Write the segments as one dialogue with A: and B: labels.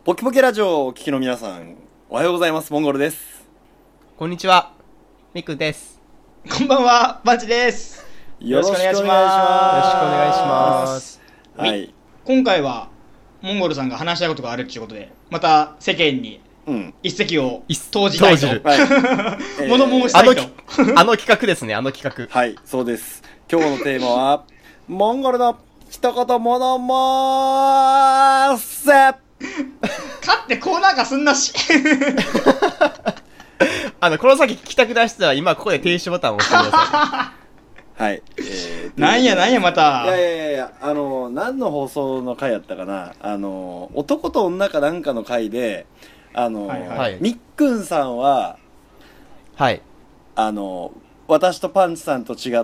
A: ポキポキラジオをお聞きの皆さん、おはようございます。モンゴルです。
B: こんにちは、みくです。
C: こんばんは、バチです。
A: よろしくお願いします。
B: よろしくお願いします。
A: はい。
C: 今回はモンゴルさんが話したいことがあるっていうことで、また世間に一石を投じたいと、物申したいと。
B: あの企画ですね、あの企画。
A: はい、そうです。今日のテーマはモンゴルの一言物申せ。
C: 勝ってコーナー化すんなし。
B: この先聞きたくない人は今ここで停止ボタンを押してくださ
A: い。はい。
C: なんやまた。
A: いや、何の放送の回やったかな。男と女かなんかの回で、みっくんさんは、
B: はい。
A: 私とパンチさんと違って、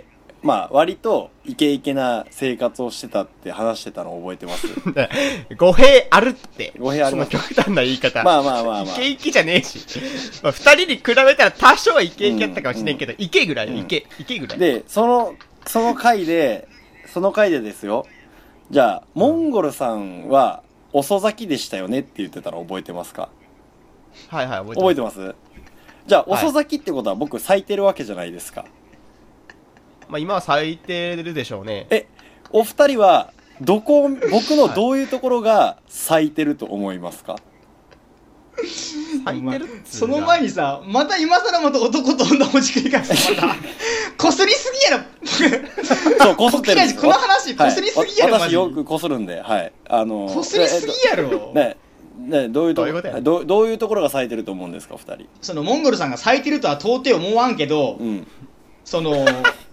A: まあ、割とイケイケな生活をしてたって話してたのを覚えてます。
B: 語弊あるって。
A: 語弊あります。
B: その極端な言い方。
A: まあ。
B: イケイケじゃねえし。まあ、二人に比べたら多少はイケイケやったかもしれんけど、イケぐらい、イケぐらい。
A: で、その回でですよ。じゃあ、モンゴルさんは遅咲きでしたよねって言ってたの覚えてますか？
B: はい、
A: 覚えてます。じゃあ、遅咲きってことは僕咲いてるわけじゃないですか。
B: まあ今は咲いてるでしょうね。
A: お二人は僕のどういうところが咲いてると思いますか？
B: 咲いてるっつ
C: その前にさ、また今更また男と女をじくり返してまたこすりすぎやろ。
A: そう、こすってるんですよ。
C: この話こすりすぎやろ、
A: 私よくこするんで、はい。
C: こすりすぎやろ。
A: ね、どういうところが咲いてると思うんですか、二人。
C: そのモンゴルさんが咲いてるとは到底思わんけど、その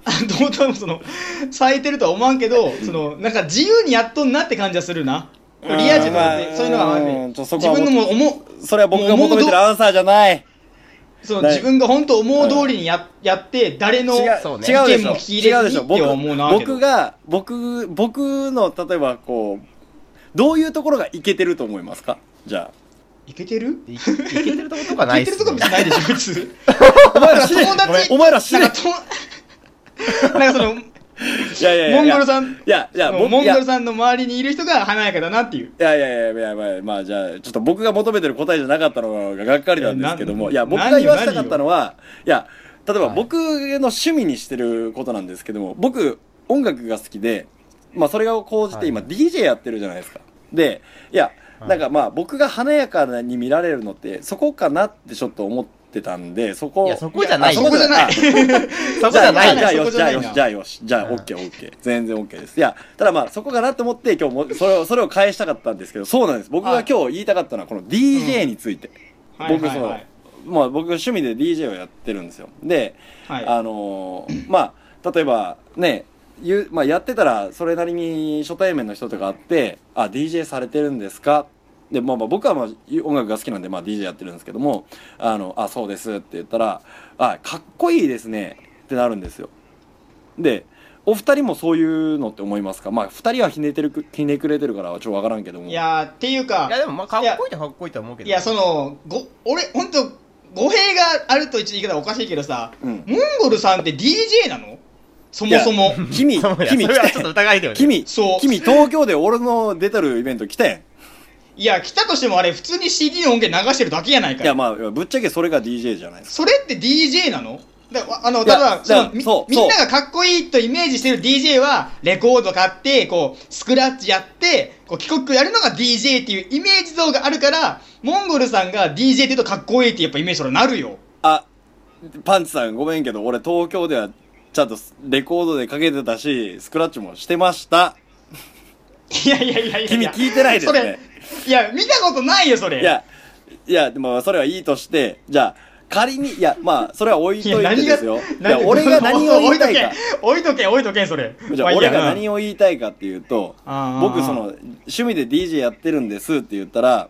C: 咲いてるとは思わんけど、なんか自由にやっとんなって感じはするな。リア充でそういうのがあるね。自分の
A: それは僕が求めてるアンサーじゃない。
C: 自分が本当思う通りにやって誰の意見も聞き入れずにって思うな。
A: 僕の例えばこうどういうところがイケてると思いますか？じゃあ
C: イケてる？
B: イケてるところがないっすね。
C: イケてるところじゃないでしょ、普通。
A: お前ら知れ。
C: なんかそのモンゴルさん、モンゴルさんの周りにいる人が華やかだなっていう。
A: いや、まあじゃあちょっと僕が求めてる答えじゃなかったのががっかりなんですけども、僕が言わせたかったのは、例えば僕の趣味にしてることなんですけども、僕音楽が好きで、まあそれが高じて今 DJ やってるじゃないですか。で、なんかまあ僕が華やかに見られるのってそこかなってちょっと思ってたんで、そこ
B: じゃない。
A: そこじゃない。
B: じゃあ
A: よし。じゃあ OK。全然 OK です。ただまあそこかなと思って今日もそれを返したかったんですけど、そうなんです。僕が今日言いたかったのはこの DJ について。僕まあ僕趣味で DJ をやってるんですよ。で、まあ例えばね、やってたらそれなりに初対面の人とかあって、DJ されてるんですか？で、僕は音楽が好きなんでDJ やってるんですけども、そうですって言ったら、かっこいいですねってなるんですよ。で、お二人もそういうのって思いますか？二人はひねくれてるからちょっとわからんけども。
C: っていうか。
B: でもかっこいいとかっこいいと思うけど。
C: 俺本当語弊があると言い方はおかしいけどさ、モンゴルさんって DJ なの？そもそも。
A: 君
B: それはちょっと疑いだよね。
A: 君東京で俺の出てるイベント来たやん。
C: いや、来たとしてもあれ普通に CD の音源流してるだけやないか。
A: ぶっちゃけそれが DJ じゃないですか。
C: それって DJ なの？ただみんながかっこいいとイメージしてる DJ はレコード買ってこうスクラッチやってこう帰国やるのが DJ っていうイメージ像があるから、モンゴルさんが DJ って言うとかっこいいってやっぱイメージそれなるよ。
A: パンチさんごめんけど俺東京ではちゃんとレコードでかけてたしスクラッチもしてました。
C: いや
A: 君聞いてないですね。
C: 見たことないよそれ。
A: でもそれはいいとして、じゃあ仮にそれは置いといてですよ。俺が何を言いたいか。
C: 置いとけそれ。
A: じゃあ俺が何を言いたいかっていうと、僕趣味で DJ やってるんですって言ったら、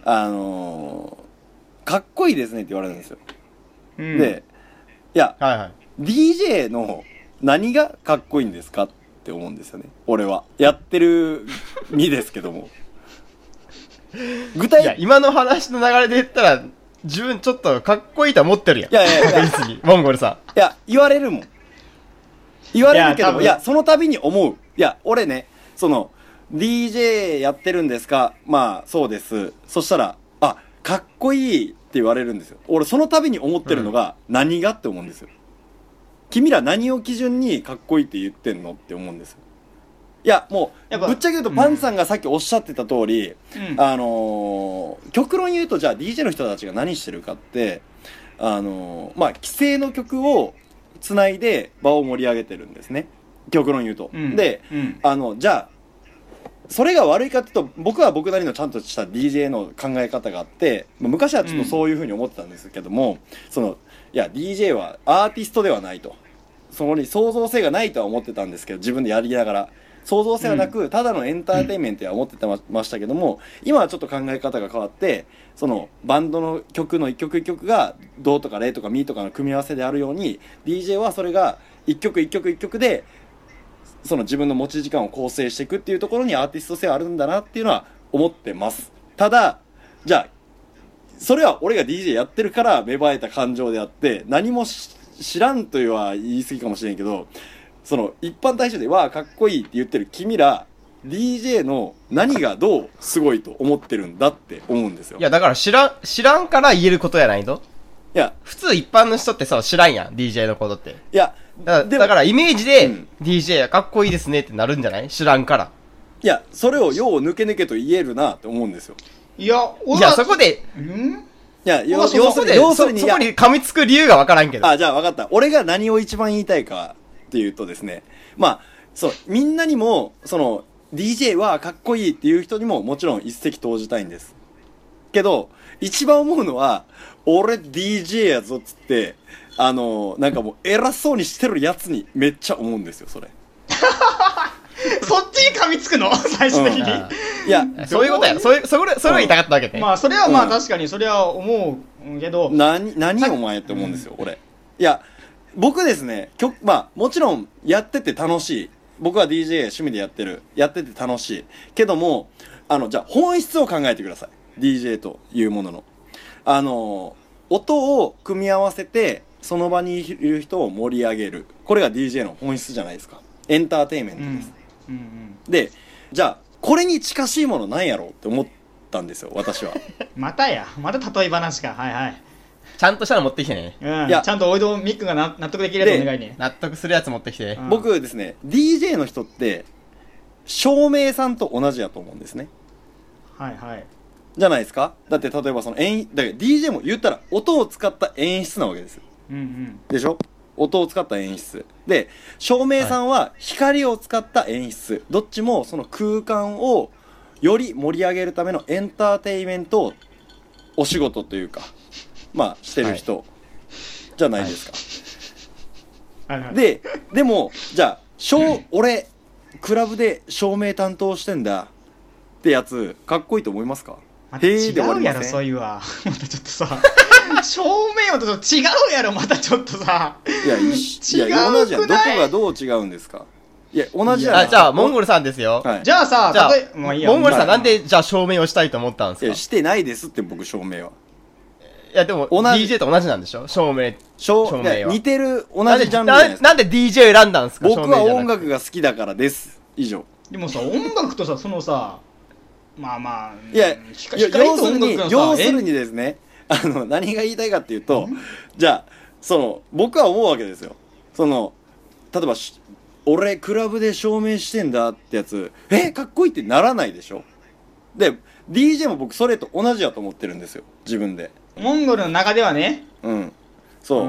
A: かっこいいですねって言われるんですよ。で、DJ の何がかっこいいんですかって思うんですよね。俺はやってる身ですけども。
B: 今の話の流れで言ったら自分ちょっとかっこいいと思ってるやん。確実にモンゴルさん。
A: 言われるけど、その度に思う。俺ね、 DJ やってるんですか？まあ、そうです。そしたら、あ、かっこいいって言われるんですよ。俺、その度に思ってるのが、何がって思うんですよ。君ら何を基準にかっこいいって言ってんのって思うんですよ。いや、もう、ぶっちゃけ言うと、パンさんがさっきおっしゃってた通り、極論言うと、じゃあ DJ の人たちが何してるかって、まあ、既成の曲をつないで場を盛り上げてるんですね。極論言うと。で、じゃあ、それが悪いかっていうと、僕は僕なりのちゃんとした DJ の考え方があって、昔はちょっとそういう風に思ってたんですけども、いや、DJ はアーティストではないと。そこに創造性がないとは思ってたんですけど、自分でやりながら。創造性はなく、ただのエンターテインメントは思ってましたけども、今はちょっと考え方が変わって、バンドの曲の一曲一曲が、ドとかレとかミとかの組み合わせであるように、DJ はそれが一曲一曲一曲で、自分の持ち時間を構成していくっていうところにアーティスト性あるんだなっていうのは思ってます。ただ、じゃあ、それは俺が DJ やってるから芽生えた感情であって、何も知らんというは言い過ぎかもしれんけど、一般大衆でわあかっこいいって言ってる君ら DJ の何がどうすごいと思ってるんだって思うんですよ。
B: いやだから知らんから言えることやないと。いや普通一般の人ってさ知らんやん DJ のことって。いやだからイメージで、DJ かっこいいですねってなるんじゃない？知らんから。
A: いやそれをよう抜け抜けと言えるなって思うんですよ。
C: いや
B: そこで
A: いや要するに
B: そこに噛みつく理由がわからんけど。
A: じゃあ分かった。俺が何を一番言いたいかっていうとですね、まあみんなにもDJ はかっこいいっていう人にももちろん一石投じたいんですけど、一番思うのは俺 DJ やぞっつってなんかもう偉そうにしてるやつにめっちゃ思うんですよそれ。
C: そっちに噛みつくの最終的に、
B: いやそういうことやろ。それは言いたかったわけね。
C: まあそれはまあ確かにそれは思うけど、
A: 何お前って思うんですよ俺。いや僕ですね、まあもちろんやってて楽しい。僕は DJ 趣味でやってて楽しいけども、じゃあ本質を考えてください。 DJ というものの音を組み合わせてその場にいる人を盛り上げる、これが DJ の本質じゃないですか。エンターテインメントです、でじゃあこれに近しいものなんやろうって思ったんですよ私は。
C: また例え話か。はいはい、
B: ちゃんとしたの持ってきてね。
C: いやちゃんとおいどミックが納得できるやつお願いね。
B: 納得するやつ持ってきて。
A: 僕ですね DJ の人って照明さんと同じやと思うんですね。
C: はいはい。
A: じゃないですか。だって例えばだから DJ も言ったら音を使った演出なわけですよ、でしょ。音を使った演出で、照明さんは光を使った演出、どっちもその空間をより盛り上げるためのエンターテインメントをお仕事というかまあしてる人じゃないですか、でもじゃあ俺クラブで照明担当してんだってやつかっこいいと思いますか？
C: また違うやろそういうわ。またちょっとさ照明音と違うやろまたちょっとさ。
A: いや同じやん。どこがどう違うんですか？いや同じやん。
B: じゃあモンゴルさんですよ、
C: じゃあさ
B: モンゴルさんなんでじゃあ照明をしたいと思ったんですか？
A: いやしてないですって僕照明は。
B: いやでも DJ と同じなんでしょ照明は。
A: 似てる同じジャンルじゃないですか。
B: なんで DJ 選んだんですか？
A: 僕は音楽が好きだからです。以上。
C: でもさ音楽とさまあ
A: いや要するにですね何が言いたいかっていうと、じゃあ僕は思うわけですよ。例えば俺クラブで照明してんだってやつかっこいいってならないでしょ。で DJ も僕それと同じやと思ってるんですよ自分で。
C: モンゴルの中ではね。
A: そう、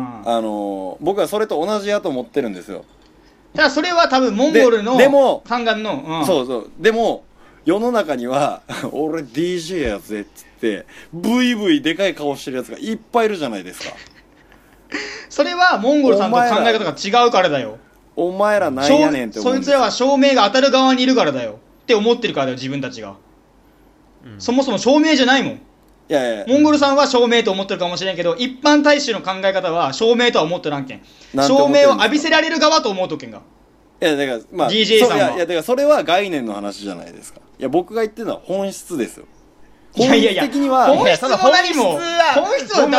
A: 僕はそれと同じやと思ってるんですよ。
C: ただそれは多分モンゴルの考えの、
A: そうでも世の中には俺 DJ やぜっつってブイブイでかい顔してるやつがいっぱいいるじゃないですか。
C: それはモンゴルさんと考え方が違うからだよ。
A: お前らなんやねんって思うんですよ。
C: そいつらは照明が当たる側にいるからだよって思ってるからだよ自分たちが、そもそも照明じゃないもん。いやモンゴルさんは照明と思ってるかもしれんけど、一般大衆の考え方は照明とは思ってらんけん。照明を浴びせられる側と思うとけんが。
A: いやだからまあ
C: DJ さんは
A: だからそれは概念の話じゃないですか。いや僕が言ってるのは本質ですよ。
C: いやいやいや、
A: 本質的には
C: 本質も何も、本質は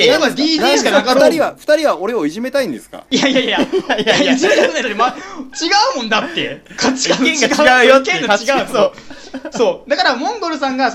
C: DJ しかなかろう。
A: 二人は俺をいじめたいんですか？
C: いやいやいや、いじめたくないのに、違うもんだって。価値観
B: が違うよって。
C: 意見が違う。そう。だからモンゴルさんが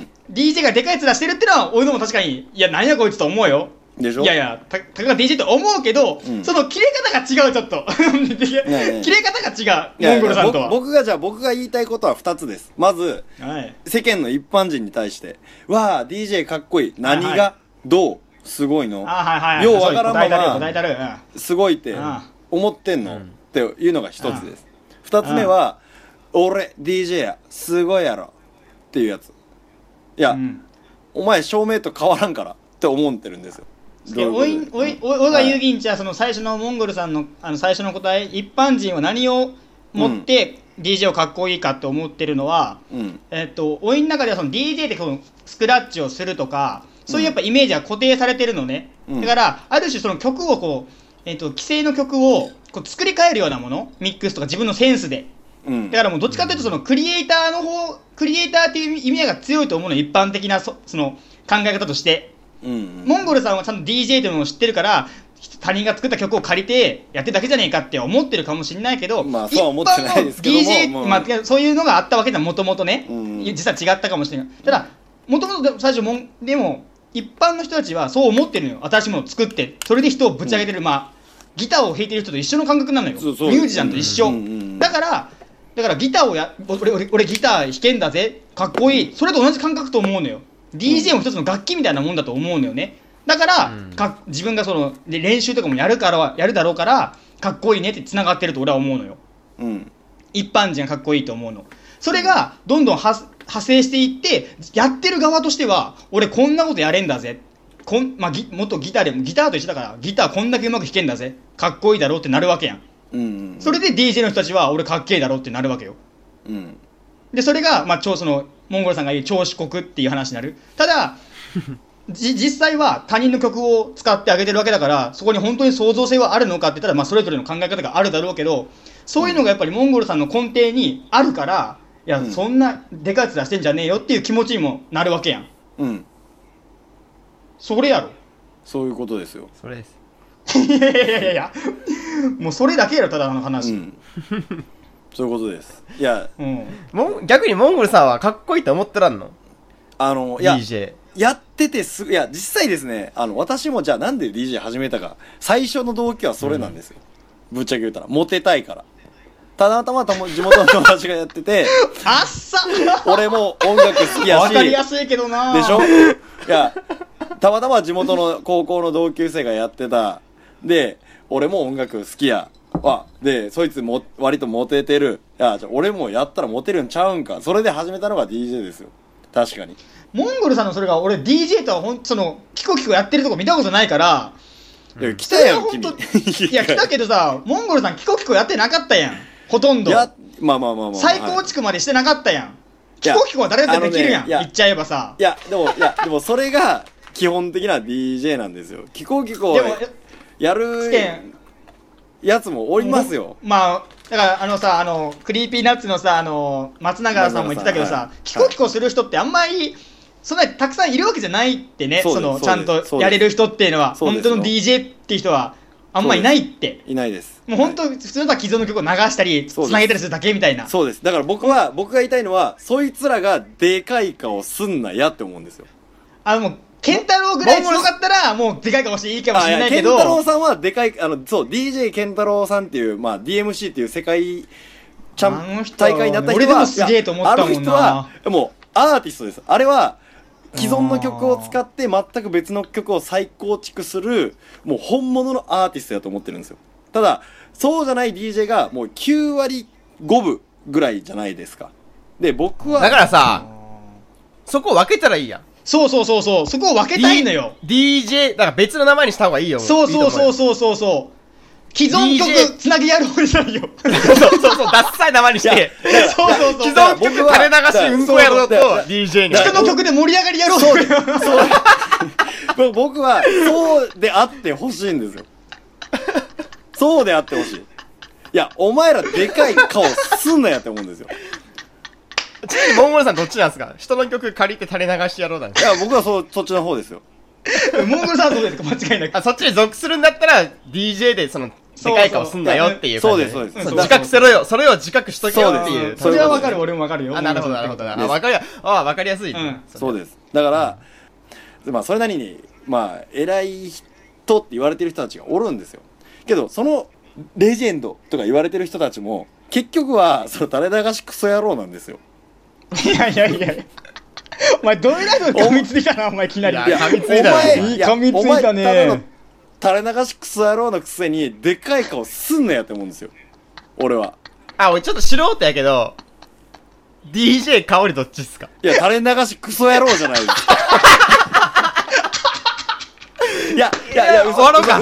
C: DJ がでかい面してるってのは、俺のも確かに、いや、なんやこいつと思うよ。
A: でしょ？
C: いやいや、たかが DJ って思うけど、その切れ方が違う、ちょっと。切れ方が違う、モンゴルさんとは。
A: 僕が言いたいことは2つです。まず、世間の一般人に対して、わあ、DJ かっこいい。何がどうすごいの？ようわからんまま、すごいって思ってんのっていうのが一つです。2つ目は、俺、DJ や、すごいやろっていうやつ。いや、お前照明と変わらんからって思ってるんですよ。
C: おいが言うぎんちゃ、その最初のモンゴルさんの最初の答え、一般人は何をもって DJ をかっこいいかって思ってるのは、おいの中ではその DJ でこのスクラッチをするとか、そういうやっぱイメージは固定されてるのね。だからある種その曲をこう既成の曲をこう作り変えるようなもの、ミックスとか自分のセンスで。だからもうどっちかというとそのクリエイターっていう意味合いが強いと思うの、一般的なその考え方として。モンゴルさんはちゃんと DJ というのを知ってるから、他人が作った曲を借りてやってるだけじゃねえかって思ってるかもしれないけど、
A: まあそうは思ってないですけども、
C: 一般の DJ、そういうのがあったわけではもともとね、実は違ったかもしれない。ただもともと最初でも一般の人たちはそう思ってるのよ。新しいものを作ってそれで人をぶち上げてる、ギターを弾いてる人と一緒の感覚なのよ。ミュージシャンと一緒。だからギターを俺ギター弾けんだぜ、かっこいい、それと同じ感覚と思うのよ。DJ も一つの楽器みたいなもんだと思うのよね。だから、自分がで練習とかもやるだろうからかっこいいねって繋がってると俺は思うのよ。一般人がかっこいいと思うの。それがどんどん派生していって、やってる側としては俺こんなことやれんだぜ、元ギターと一緒だから、ギターこんだけうまく弾けんだぜ、かっこいいだろうってなるわけやん。それで DJ の人たちは俺かっけえだろうってなるわけよ。でそれがモンゴルさんが言う調子こくっていう話になる。ただ実際は他人の曲を使ってあげてるわけだから、そこに本当に創造性はあるのかって言ったら、それぞれの考え方があるだろうけど、そういうのがやっぱりモンゴルさんの根底にあるから、いや、そんなでかいやつ出してんじゃねえよっていう気持ちにもなるわけやん。それやろ。
A: そういうことですよ。
B: それです。
C: いやもうそれだけやろ、ただの話。
A: そういうことです。いや、
B: 逆にモンゴルさんはかっこいいと思ってらんの
A: ？DJ。やってていや、実際ですね、私もじゃあなんで DJ 始めたか、最初の動機はそれなんですよ。ぶっちゃけ言ったら、モテたいから。たまたま地元の友達がやってて、
C: あっさ
A: 俺も音楽好きやし。
C: わかりやすいけどな。
A: でしょ？いや、たまたま地元の高校の同級生がやってた。で、俺も音楽好きや。で、そいつも割とモテてる。いや、じゃあ俺もやったらモテるんちゃうんか。それで始めたのが DJ ですよ。確かに。
C: モンゴルさんのそれが、俺 DJ とはキコやってるとこ見たことないから。
A: いや、来たやん、君。
C: いや、来たけどさ、モンゴルさんキコやってなかったやん。ほとんど。
A: まあ。
C: 再構築までしてなかったやん。キコは誰だってできるやん。言っちゃえばさ。
A: でもそれが基本的な DJ なんですよ。キコやるやつもおりますよ。
C: だからクリーピーナッツのさ、松永さんも言ってたけどさ、キコする人ってあんまりそんなにたくさんいるわけじゃないってね。ちゃんとやれる人っていうのは、本当の DJ っていう人はあんまいないって。
A: いないです。
C: もう本当普通の既存の曲を流したりつなげたりするだけみたいな。
A: そうです。だから僕が言いたいのは、そいつらがでかい顔すんなやって思うんですよ。
C: もうケンタロウぐらい強かったらもうでかいかもしれないかもしれないけど、
A: ケンタロウさんはでかい、DJ ケンタロウさんっていう、DMC っていう世界大会になった人は、
C: 俺でもすげえと思ったもんな。
A: あの人はもうアーティストです。あれは既存の曲を使って全く別の曲を再構築する、もう本物のアーティストだと思ってるんですよ。ただそうじゃない DJ がもう9割5分ぐらいじゃないですか。で、僕は
B: だからさ、そこを分けたらいいやん。
C: そうそこを分けたいのよ。
B: DJ だから別の名前にした方がいいよ。
C: そう既存曲つなぎやろうじゃないよ。
B: そうダッサい名前にして、そう既存曲垂れ流しうんこやろうと DJ に
C: 人の曲で盛り上がりやろう。
A: そう僕はそうであってほしいんですよ。そうであってほしい。いや、お前らでかい顔すんなやって思うんですよ。
B: にモンゴルさんどっちなんですか？人の曲借りて垂れ流しやろうなんですか？
A: いや、僕はそっちの方ですよ。
C: モンゴルさんはそうですか、間違いなく。
B: そっちに属するんだったら、DJ ででかい顔すんなよっていう感じで。
A: そうです、
B: 自覚せろよ。それを自覚しとけよっていう。
C: それはわかる、俺もわかるよ。
B: なるほど。わかりやすい。
A: そうです。だから、まあ、それなりに、まあ、偉い人って言われてる人たちがおるんですよ。けど、その、レジェンドとか言われてる人たちも、結局は、その垂れ流しクソ野郎なんですよ。
C: いや。お前、どれだけ噛みついたな、お前、いきなり。
B: 噛みついたな。
C: 噛みついたね。
A: 垂れ流しクソ野郎のくせに、でかい顔すんなやって思うんですよ。俺は。
B: 俺ちょっと素人やけど、DJ 香りどっちっすか？
A: いや、垂れ流しクソ野郎じゃないですか。いや、嘘。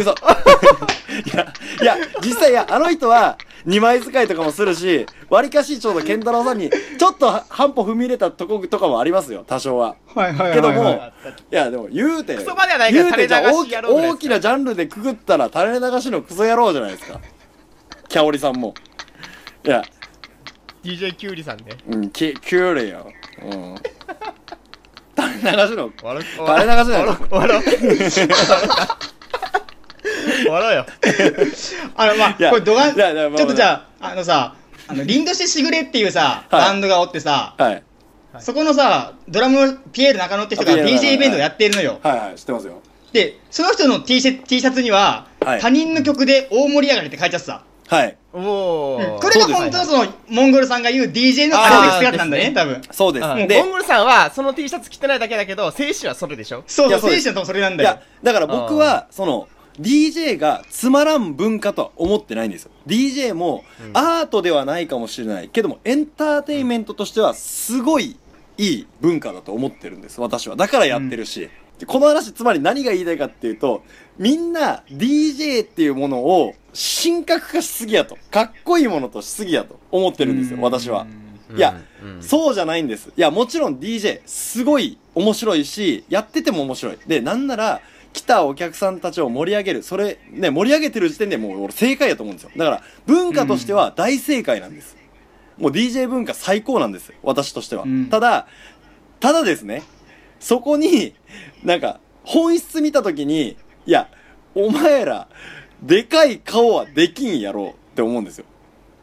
A: いや、実際、あの人は、二枚使いとかもするし、割かしちょうど健太郎さんに、ちょっと半歩踏み入れたとことかもありますよ、多少は。けども、いや、でも言うて、
B: クソまではないけど、垂れ流し野郎。
A: 大きなジャンルでくぐったら、垂れ流しのクソ野郎じゃないですか。キャオリさんも。いや。
B: DJ キュウリさんね。
A: キュウリよ。垂れ流しの。
B: 垂れ流し
A: の。
B: 笑うよ。
C: まあ、これ動画、ちょっとじゃあ、リンドシェ・シグレっていうさ、バンドがおってさ、そこのさ、ドラム、ピエール中野って人が DJ イベントをやってるのよ。
A: 知ってますよ。
C: で、その人の T シャツには、他人の曲で大盛り上がりって書いてあってさ。
A: はい。
C: これが本当のその、モンゴルさんが言う DJ のあれで姿なんだね、多分。
A: そうです。
B: モンゴルさんは、その T シャツ着てないだけだけど、精神はそれでしょ？
C: そう、精神は多分それなんだよ。いや、
A: だから僕は、DJ がつまらん文化とは思ってないんですよ。DJ もアートではないかもしれないけども、エンターテインメントとしてはすごいいい文化だと思ってるんです、私は。だからやってるし。この話、つまり何が言いたいかっていうと、みんな DJ っていうものを神格化しすぎやと。かっこいいものとしすぎやと思ってるんですよ、私は。いや、そうじゃないんです。いや、もちろん DJ すごい面白いし、やってても面白い。で、なんなら、来たお客さんたちを盛り上げる。それ、ね、盛り上げてる時点でもう俺正解やと思うんですよ。だから、文化としては大正解なんです。もう DJ 文化最高なんですよ。私としては。ただですね、そこに、なんか、本質見たときに、いや、お前ら、でかい顔はできんやろうって思うんですよ。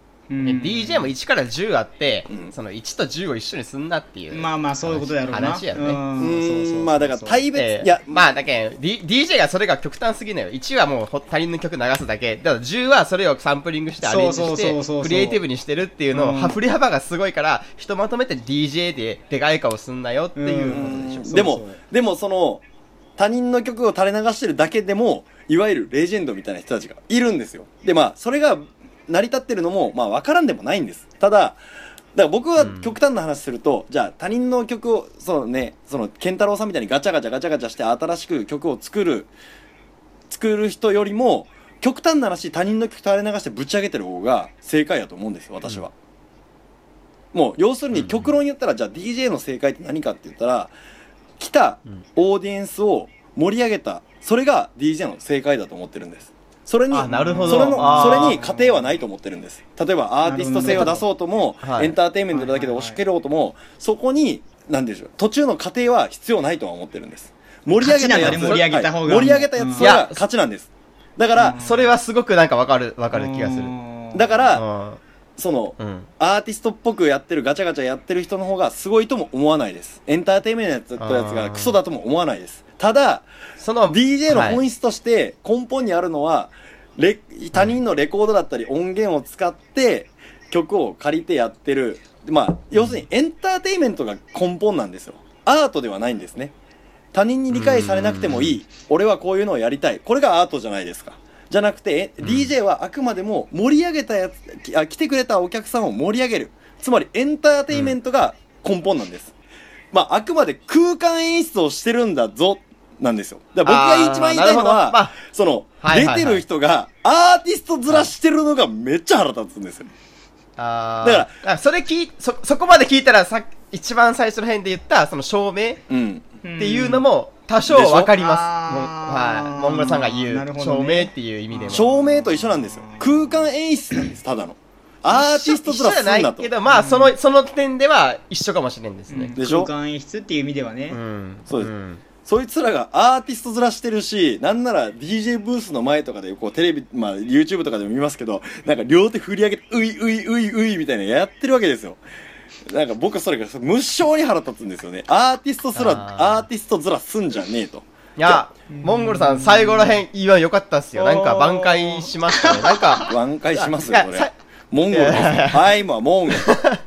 B: DJ も1から10あって、その1と10を一緒にすんなっていう。
C: まあそういうことやろうな。
B: 話やね。
A: まあだから対別、
B: いや、まあだけど、DJ がそれが極端すぎないよ。1はもう他人の曲流すだけ。だから10はそれをサンプリングしてアレンジして、クリエイティブにしてるっていうのを、振り幅がすごいから、ひとまとめて DJ ででかい顔すんなよっていうことでしょ。
A: でもその、他人の曲を垂れ流してるだけでも、いわゆるレジェンドみたいな人たちがいるんですよ。で、まあ、それが、成り立ってるのも、まあ、わからんでもないんです。ただ、だから僕は極端な話すると、じゃあ他人の曲を、健太郎さんみたいにガチャガチャして新しく曲を作る人よりも、極端な話、他人の曲垂れ流してぶち上げてる方が正解だと思うんです、私は。もう、要するに極論言ったら、じゃあ DJ の正解って何かって言ったら、来たオーディエンスを盛り上げた、それが DJ の正解だと思ってるんです。それに過程はないと思ってるんです。例えばアーティスト性を出そうとも、エンターテインメントだけで押し切ろうとも、そこに、なんでしょう、途中の過程は必要ないとは思ってるんです。盛り上げたやつ、
C: 盛り上げた方が、
A: 盛り上げたやつが勝ちなんです。だから、
B: それはすごくなんかわかる気がする。
A: だから、アーティストっぽくやってる、ガチャガチャやってる人の方がすごいとも思わないです。エンターテインメントのやつがクソだとも思わないです。ただ、DJ の本質として根本にあるのは、他人のレコードだったり音源を使って曲を借りてやってる。まあ、要するにエンターテインメントが根本なんですよ。アートではないんですね。他人に理解されなくてもいい。俺はこういうのをやりたい。これがアートじゃないですか。じゃなくて、DJ はあくまでも盛り上げた来てくれたお客さんを盛り上げる。つまりエンターテインメントが根本なんです。まあ、あくまで空間演出をしてるんだぞ。なんですよ。だから僕が一番言いたいのは、出てる人がアーティスト面してるのがめっちゃ腹立つんですよ。
B: だから、そこまで聞いたら一番最初の辺で言った、その照明っていうのも多少わかります。モンゴルさんが言う、照明っていう意味でも。
A: 照明と一緒なんですよ。空間演出なんです、ただの。 アーティスト面すんなと。
B: 一緒じゃないけど、まあその点では一緒かもしれんですね。
A: でしょ？
C: 空間演出っていう意味ではね。
A: そうです。そいつらがアーティスト面してるし、なんなら DJ ブースの前とかでこうテレビ、まあ YouTube とかでも見ますけど、なんか両手振り上げて、ういみたいなやってるわけですよ。なんか僕それが無性に腹立つんですよね。アーティスト面すんじゃねえと。
B: いや、モンゴルさん最後らへん言わんよかったっすよ。なんか挽回しましたね。なんか。
A: 挽回しますよ、これ。モンゴルです。はい、今はモンゴル。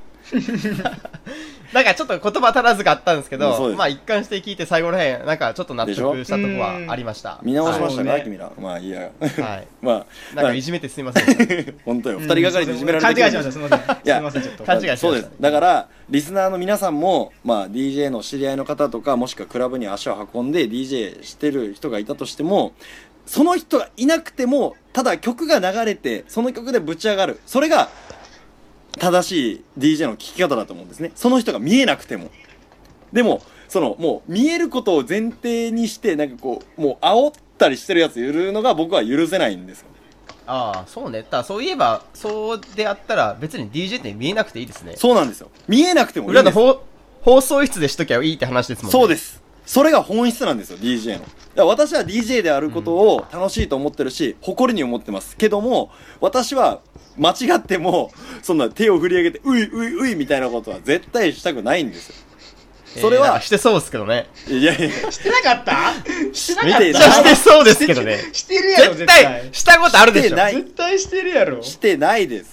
B: なんかちょっと言葉足らずがあったんですけど、まあ一貫して聞いて最後らへん、なんかちょっと納得したとこはありました。
A: 見直しましたか、君ら。まあいいや。
B: はい。
A: まあ、
B: なんかいじめてすいません。
A: 本当よ。二人がかりでいじめられて
C: 勘違いしました、すみません。すみません、ちょっと。
B: 勘違いしました。
A: そうです。だから、リスナーの皆さんも、まあ DJ の知り合いの方とか、もしくはクラブに足を運んで DJ してる人がいたとしても、その人がいなくても、ただ曲が流れて、その曲でぶち上がる。それが、正しい DJ の聴き方だと思うんですね。その人が見えなくても。でも、もう見えることを前提にして、なんかこう、もう煽ったりしてるやついるのが僕は許せないんですよ。
B: ああ、そうね。そういえば、そうであったら別に DJ って見えなくていいですね。
A: そうなんですよ。見えなくてもいいんです。
B: 裏の放送室でしときゃいいって話ですもんね。
A: そうです。それが本質なんですよ、DJ の。私は DJ であることを楽しいと思ってるし、誇りに思ってますけども、私は間違っても、そんな手を振り上げて、ういみたいなことは絶対したくないんですよ。それは、
B: してそうですけどね。
A: いや
C: してなかった
B: してなかっためっちゃしてそうですけどね。
C: してるやろ、
B: 絶対。したことあるでしょ。
C: 絶対してるやろ。
A: してないです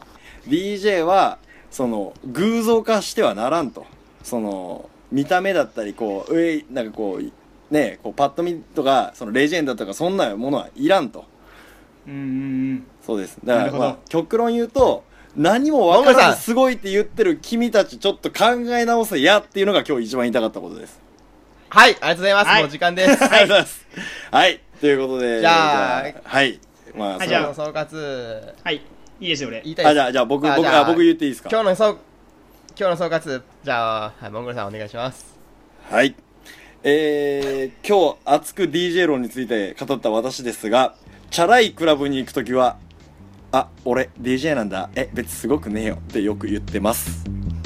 A: 。DJ は、偶像化してはならんと。見た目だったり、こう、なんかこう、ね、こうパッと見とか、レジェンドとか、そんなものはいらんと。そうです。だから、まあ、極論言うと、何も分からずすごいって言ってる君たちちょっと考え直せやっていうのが今日一番言いたかったことです。
B: はい、ありがとうございます。はい、もう時間です。
A: ありがとうございます。はい、ということで。
B: じゃあ、
A: はい。まあ、
B: じゃあ、総括。
C: はい、いいですよ、俺。
B: 言いたいです。
A: じゃあ僕言っていいですか。
B: 今日の総括、じゃあ、はい、モンゴルさんお願いします。
A: はい。今日熱く DJ 論について語った私ですが、チャラいクラブに行くときは、俺 DJ なんだ、別にすごくねえよってよく言ってます。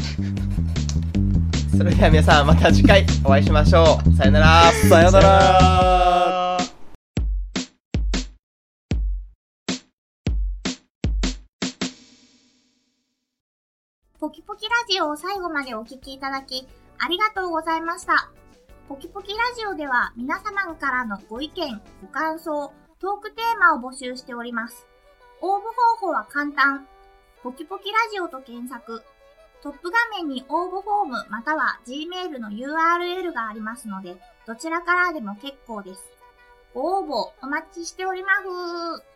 B: それでは皆さんまた次回お会いしましょう。さよなら。
A: さよなら。
D: ポキポキラジオを最後までお聞きいただきありがとうございました。ポキポキラジオでは皆様からのご意見、ご感想、トークテーマを募集しております。応募方法は簡単。ポキポキラジオと検索。トップ画面に応募フォームまたは Gmail の URL がありますので、どちらからでも結構です。ご応募お待ちしております。